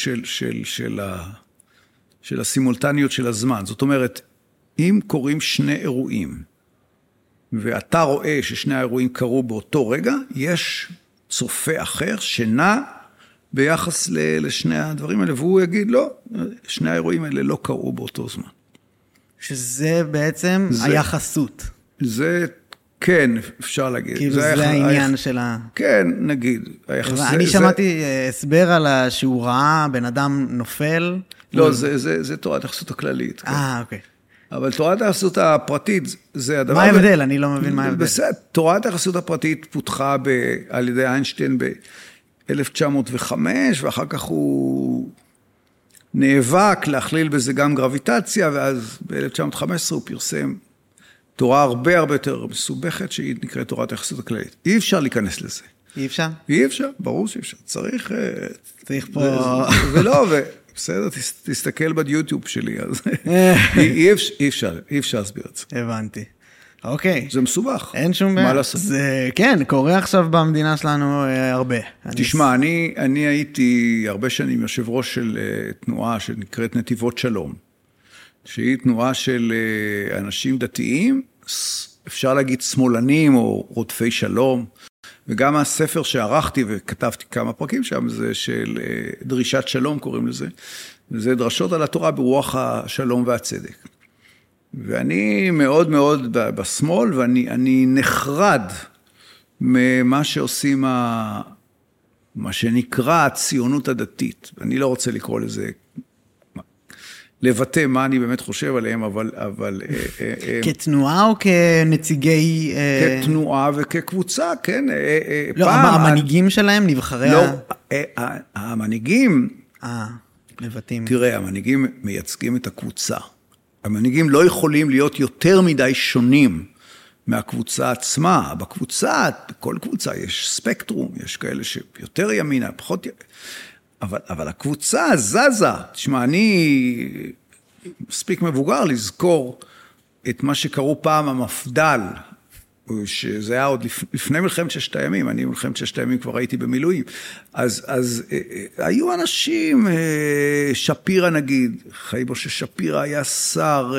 של הסימולטניות של הזמן. זאת אומרת, אם קוראים שני אירועים, ואתה רואה ששני האירועים קרו באותו רגע, יש צופה אחר שנע ביחס לשני הדברים האלה, והוא יגיד, לא, שני האירועים האלה לא קרו באותו זמן. שזה בעצם היחסות. זה, כן, אפשר להגיד. כאילו זה העניין של ה... כן, נגיד. אני שמעתי הסבר על שהוא ראה בן אדם נופל. לא, זה תורת היחסות הכללית. אוקיי. אבל תורת היחסות הפרטית, זה הדבר... מה ההבדל? אני לא מבין מה ההבדל. בסדר, תורת היחסות הפרטית פותחה על ידי איינשטיין ב-1905, ואחר כך הוא נאבק להכליל בזה גם גרביטציה, ואז ב-1915 הוא פרסם תורה הרבה הרבה יותר מסובכת, שהיא נקראת תורת היחסות הכללית. אי אפשר להיכנס לזה. אי אפשר? אי אפשר, ברור שאי אפשר. צריך פה... ולא, בסדר, תסתכל ביוטיוב שלי, אז אי אפשר להסביר את זה. הבנתי. אוקיי. זה מסובך. אין שום מה לעשות? כן, קורה עכשיו במדינה שלנו הרבה. תשמע, אני הייתי הרבה שנים יושב ראש של תנועה שנקראת נתיבות שלום, שהיא תנועה של אנשים דתיים, אפשר להגיד שמאלנים או רודפי שלום, וגם הספר שערכתי וכתבתי כמה פרקים שם, זה של דרישת שלום קוראים לזה, וזה דרשות על התורה ברוח השלום והצדק. ואני מאוד מאוד בשמאל, ואני נחרד ממה שעושים, מה שנקרא הציונות הדתית. אני לא רוצה לקרוא לזה, לבטא מה אני באמת חושב עליהם, אבל כתנועה או כנציגי... כתנועה וכקבוצה, כן. לא, המנהיגים שלהם נבחרי... לא, המנהיגים... לבטאים. תראה, המנהיגים מייצגים את הקבוצה. המנהיגים לא יכולים להיות יותר מדי שונים מהקבוצה עצמה. בקבוצה, בכל קבוצה יש ספקטרום, יש כאלה שיותר ימינה, פחות ימינה. אבל הקבוצה זזה. תשמע, אני מספיק מבוגר לזכור את מה שקראו פעם המפד"ל, שזה היה עוד לפני מלחמת ששת הימים, אני מלחמת ששת הימים כבר הייתי במילואים, אז היו אנשים, שפירא נגיד, חייבו ששפירא היה שר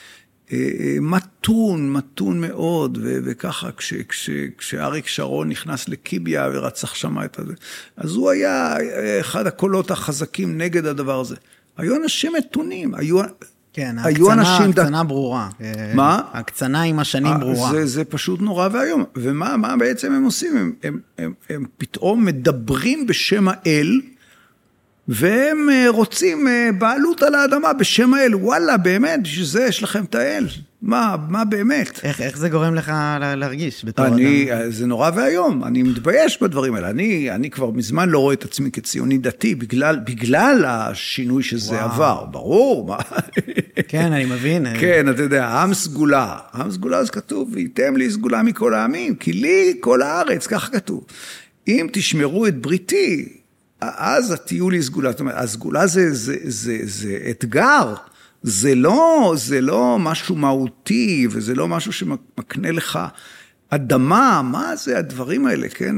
מתון מאוד, וככה כשאריק שרון נכנס לקיביה ורצח שם את זה, אז הוא היה אחד הקולות החזקים נגד הדבר הזה. היו אנשים מתונים, כן, היו ההקצנה ברורה. מה? ההקצנה עם השנים ברורה. זה פשוט נורא והיום. ומה בעצם הם עושים? הם פתאום מדברים בשם האל, והם רוצים בעלות על האדמה בשם האל. וואלה, באמת, בשביל זה יש לכם את האל. מה באמת? איך זה גורם לך להרגיש בתור אדם? זה נורא והיום. אני מתבייש בדברים האלה. אני כבר מזמן לא רואה את עצמי כציוני דתי, בגלל השינוי שזה עבר. ברור. כן, אני מבין. כן, אתה יודע, עם סגולה. עם סגולה זה כתוב, וייתם לי סגולה מכל העמים, כי לי כל הארץ, ככה כתוב. אם תשמרו את בריתי, אז תהיו לי סגולה. זאת אומרת, הסגולה זה אתגר. זה לא משהו מהותי, וזה לא משהו שמקנה לך אדמה. מה זה הדברים האלה, כן?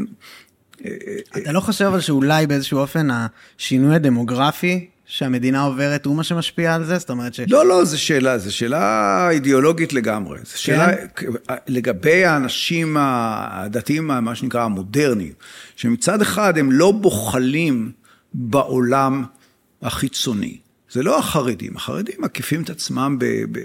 אתה לא חושב על שאולי באיזשהו אופן השינוי הדמוגרפי שהמדינה עוברת הוא מה שמשפיע על זה? זאת אומרת ש... לא, זו שאלה אידיאולוגית לגמרי. זו שאלה לגבי האנשים הדתיים, מה שנקרא המודרניים, שמצד אחד הם לא בוחלים בעולם החיצוני. זה לא החרדים. החרדים מקיפים את עצמם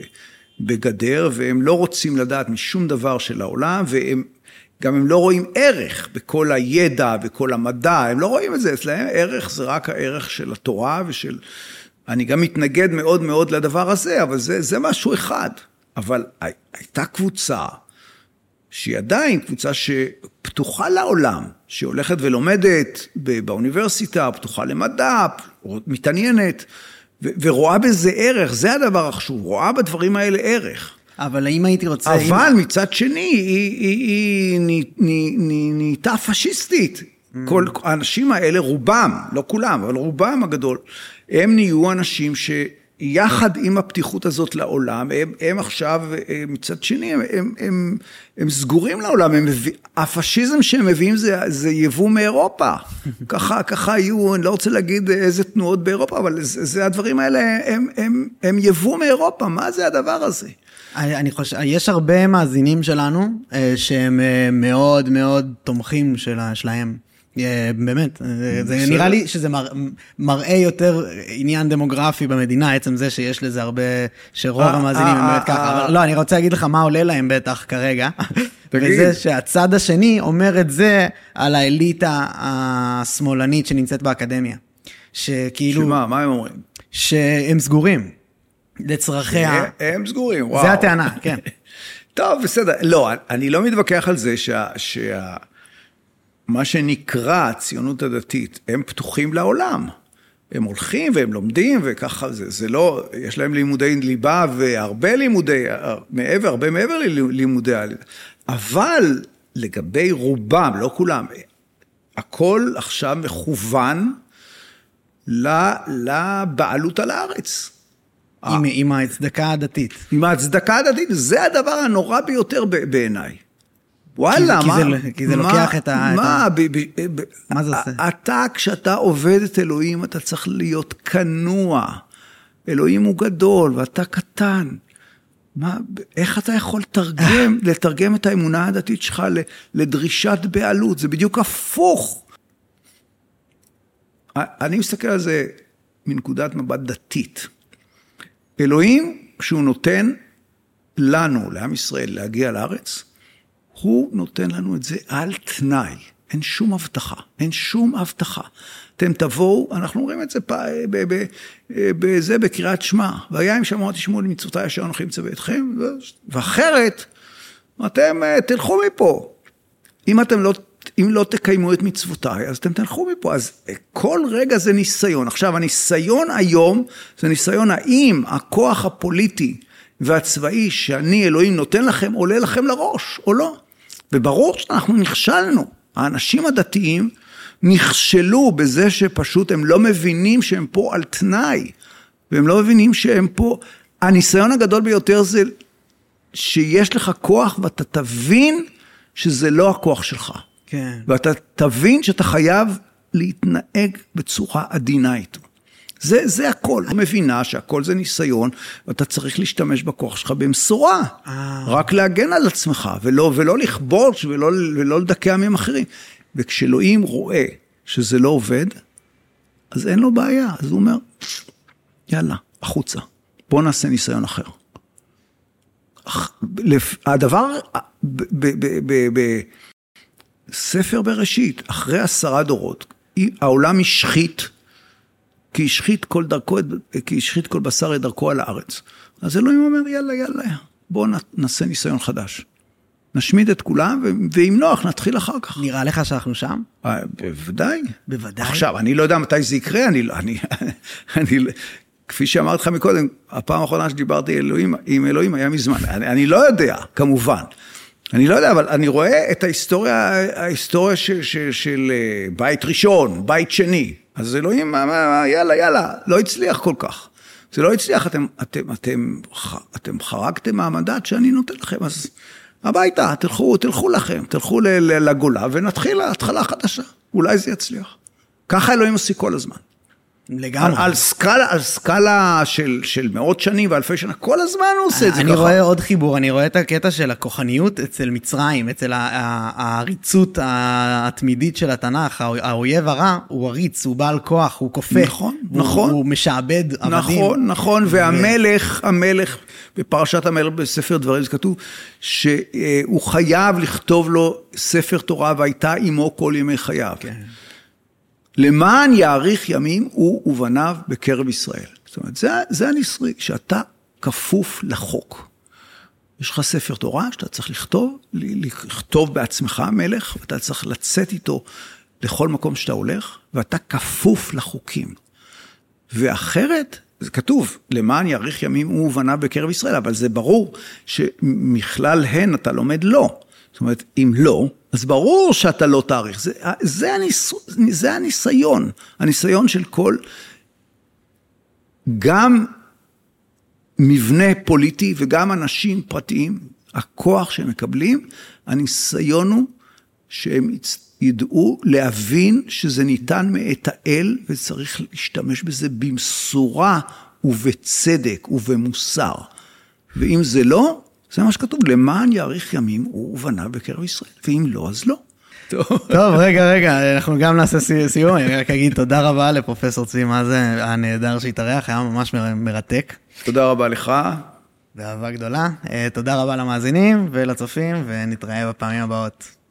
בגדר, והם לא רוצים לדעת משום דבר של העולם, גם הם לא רואים ערך בכל הידע, בכל המדע, הם לא רואים את זה, אצלהם ערך זה רק הערך של התורה, אני גם מתנגד מאוד מאוד לדבר הזה, אבל זה משהו אחד. אבל הייתה קבוצה, שהיא עדיין קבוצה שפתוחה לעולם, שהולכת ולומדת באוניברסיטה, פתוחה למדע, מתעניינת, ורואה בזה ערך, זה הדבר החשוב, רואה בדברים האלה ערך. אבל אם הייתי רוצה... אבל מצד שני, היא נהייתה פשיסטית. כל האנשים האלה, רובם, לא כולם, אבל רובם הגדול, הם נהיו אנשים שיחד עם הפתיחות הזאת לעולם, הם עכשיו, מצד שני, הם סגורים לעולם, הפשיזם שהם מביאים זה יבוא מאירופה. ככה היו, אני לא רוצה להגיד איזה תנועות באירופה, אבל זה הדברים האלה, הם יבוא מאירופה, מה זה הדבר הזה? אני חושב, יש הרבה מאזינים שלנו שהם מאוד מאוד תומכים שלהם. באמת, זה נראה לי שזה מראה יותר עניין דמוגרפי במדינה, עצם זה שיש לזה הרבה, שרוב המאזינים הם באמת ככה. אבל לא, אני רוצה להגיד לך מה עולה להם בטח כרגע. וזה שהצד השני אומר את זה על האליטה השמאלנית שנמצאת באקדמיה. שכאילו... מה הם אומרים? שהם סגורים. לצרכיה. הם סגורים, וואו. זה הטענה, כן. טוב, בסדר. לא, אני לא מתווכח על זה מה שנקרא הציונות הדתית, הם פתוחים לעולם. הם הולכים והם לומדים וככה זה לא, יש להם לימודי ליבה והרבה לימודי, הרבה מעבר ללימודי הליבה. אבל לגבי רובם, לא כולם, הכל עכשיו מכוון לבעלות על הארץ. עם ההצדקה הדתית. עם ההצדקה הדתית, זה הדבר הנורא ביותר בעיניי. וואלה, כי זה לוקח את ה... מה זה עושה? כשאתה עובד את אלוהים, אתה צריך להיות כנוע. אלוהים הוא גדול, ואתה קטן. איך אתה יכול לתרגם את האמונה הדתית שלך לדרישת בעלות? זה בדיוק הפוך. אני מסתכל על זה מנקודת מבט דתית. אלוהים, כשהוא נותן לנו, לעם ישראל, להגיע לארץ, הוא נותן לנו את זה על תנאי. אין שום הבטחה, אין שום הבטחה. אתם תבואו, אנחנו אומרים את זה בזה בקריאת שמע, והיה אם שמעו תשמעו למצוותיי אשר אנוכי מצווה אתכם, ואחרת אתם תלכו מפה. אם לא תקיימו את מצוותיי, אז אתם תלכו מפה. אז כל רגע זה ניסיון. עכשיו, הניסיון היום, זה ניסיון האם הכוח הפוליטי והצבאי שאני אלוהים נותן לכם, עולה לכם לראש, או לא. וברור שאנחנו נכשלנו. האנשים הדתיים נכשלו בזה שפשוט הם לא מבינים שהם פה על תנאי, והם לא מבינים שהם פה, הניסיון הגדול ביותר זה שיש לך כוח ואתה תבין שזה לא הכוח שלך. כן. ואתה תבין שאתה חייב להתנהג בצורה עדינה איתו. זה הכל. אני מבינה שהכל זה ניסיון, ואתה צריך להשתמש בכוח שלך במשורה. רק להגן על עצמך, ולא לכבוש, ולא לדכא עמים אחרים. וכשאלוהים רואה שזה לא עובד, אז אין לו בעיה. אז הוא אומר, יאללה, החוצה. בוא נעשה ניסיון אחר. הדבר, בספר בראשית, אחרי 10 דורות, העולם השחית, כי השחית כל בשר את דרכו על הארץ. אז אלוהים אומר, יאללה, בוא נעשה ניסיון חדש. נשמיד את כולם, ואם נוח, נתחיל אחר כך. נראה לך שאנחנו שם? בוודאי. בוודאי. עכשיו, אני לא יודע מתי זה יקרה, כפי שאמרתי לך מקודם, הפעם האחרונה שדיברתי עם אלוהים היה מזמן. אני לא יודע, כמובן. אני לא יודע, אבל אני רואה את ההיסטוריה של בית ראשון, בית שני. אז אלוהים, יאללה, לא הצליח כל כך. זה לא הצליח, אתם חרגתם מהמנדט שאני נותן לכם, אז הביתה, תלכו לכם, תלכו לגולה, ונתחיל התחלה חדשה. אולי זה יצליח. ככה אלוהים עושה כל הזמן. לגמרי. על סקאלה של מאות שנים ואלפי שנה, כל הזמן הוא עושה את זה ככה. אני רואה עוד חיבור, אני רואה את הקטע של הכוחניות אצל מצרים, אצל העריצות התמידית של התנ"ך, האויב הרע הוא עריץ, הוא בעל כוח, הוא כופה. נכון. הוא משעבד עבדים. נכון, והמלך, בפרשת המלך בספר דברים, זה כתוב שהוא חייב לכתוב לו ספר תורה, והייתה עמו כל ימי חייו. כן. למען יאריך ימים הוא ובניו בקרב ישראל. זאת אומרת, זה הניסוי, שאתה כפוף לחוק. יש לך ספר תורה שאתה צריך לכתוב בעצמך מלך, ואתה צריך לצאת איתו לכל מקום שאתה הולך, ואתה כפוף לחוקים. ואחרת, זה כתוב, למען יאריך ימים הוא ובניו בקרב ישראל, אבל זה ברור שמכלל הן אתה לומד לא. זאת אומרת, אם לא, אז ברור שאתה לא תאריך. זה הניסיון של כל, גם מבנה פוליטי וגם אנשים פרטיים, הכוח שהם מקבלים, הניסיון הוא שהם ידעו להבין שזה ניתן מאת האל, וצריך להשתמש בזה במשורה ובצדק ובמוסר. ואם זה לא, זה מה שכתוב, למען יאריך ימים הוא ובניו בקרב ישראל, ואם לא, אז לא. טוב, רגע, אנחנו גם נעשה סיום, אני רק אגיד תודה רבה לפרופסור צבי מאזה, הנהדר שהתארח, היה ממש מרתק. תודה רבה לך. באהבה גדולה, תודה רבה למאזינים ולצופים, ונתראה בפעמים הבאות.